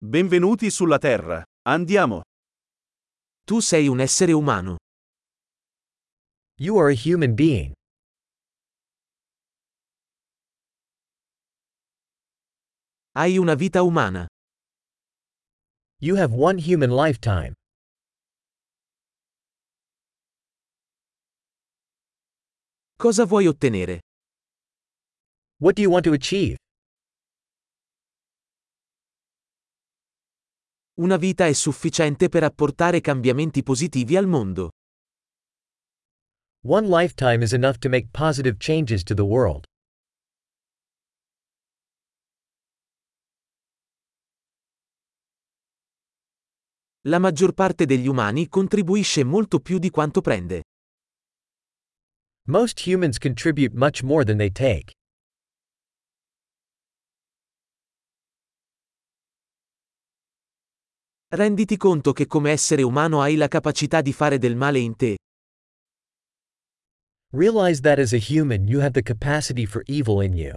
Benvenuti sulla Terra. Andiamo. Tu sei un essere umano. You are a human being. Hai una vita umana. You have one human lifetime. Cosa vuoi ottenere? What do you want to achieve? Una vita è sufficiente per apportare cambiamenti positivi al mondo. One lifetime is enough to make positive changes to the world. La maggior parte degli umani contribuisce molto più di quanto prende. Most humans contribute much more than they take. Renditi conto che come essere umano hai la capacità di fare del male in te. Realize that as a human you have the capacity for evil in you.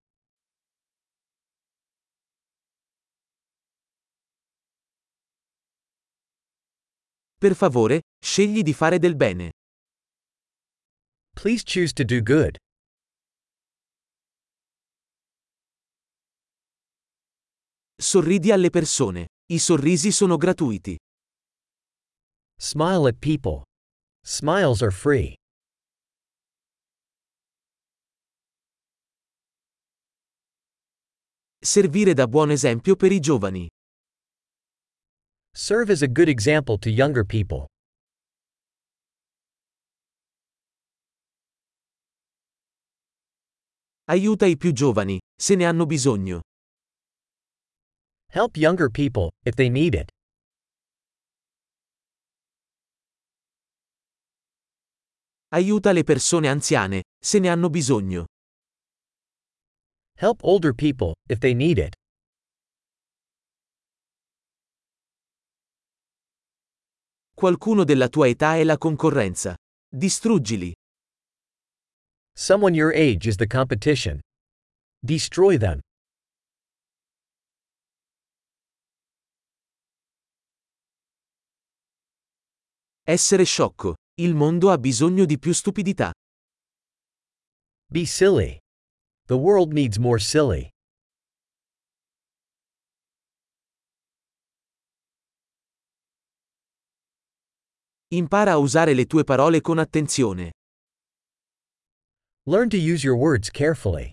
Per favore, scegli di fare del bene. Please choose to do good. Sorridi alle persone. I sorrisi sono gratuiti. Smile at people. Smiles are free. Servire da buon esempio per i giovani. Serve as a good example to younger people. Aiuta i più giovani, se ne hanno bisogno. Help younger people, if they need it. Aiuta le persone anziane, se ne hanno bisogno. Help older people, if they need it. Qualcuno della tua età è la concorrenza. Distruggili. Someone your age is the competition. Destroy them. Essere sciocco. Il mondo ha bisogno di più stupidità. Be silly. The world needs more silly. Impara a usare le tue parole con attenzione. Learn to use your words carefully.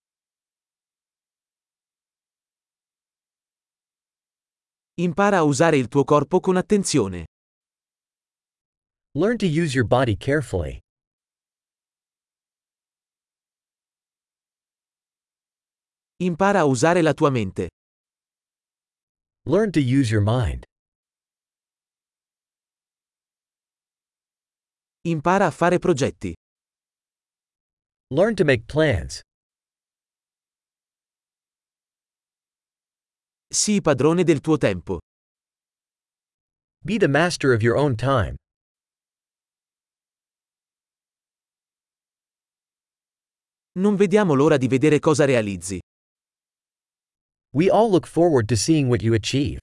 Impara a usare il tuo corpo con attenzione. Learn to use your body carefully. Impara a usare la tua mente. Learn to use your mind. Impara a fare progetti. Learn to make plans. Sii padrone del tuo tempo. Be the master of your own time. Non vediamo l'ora di vedere cosa realizzi. We all look forward to seeing what you achieve.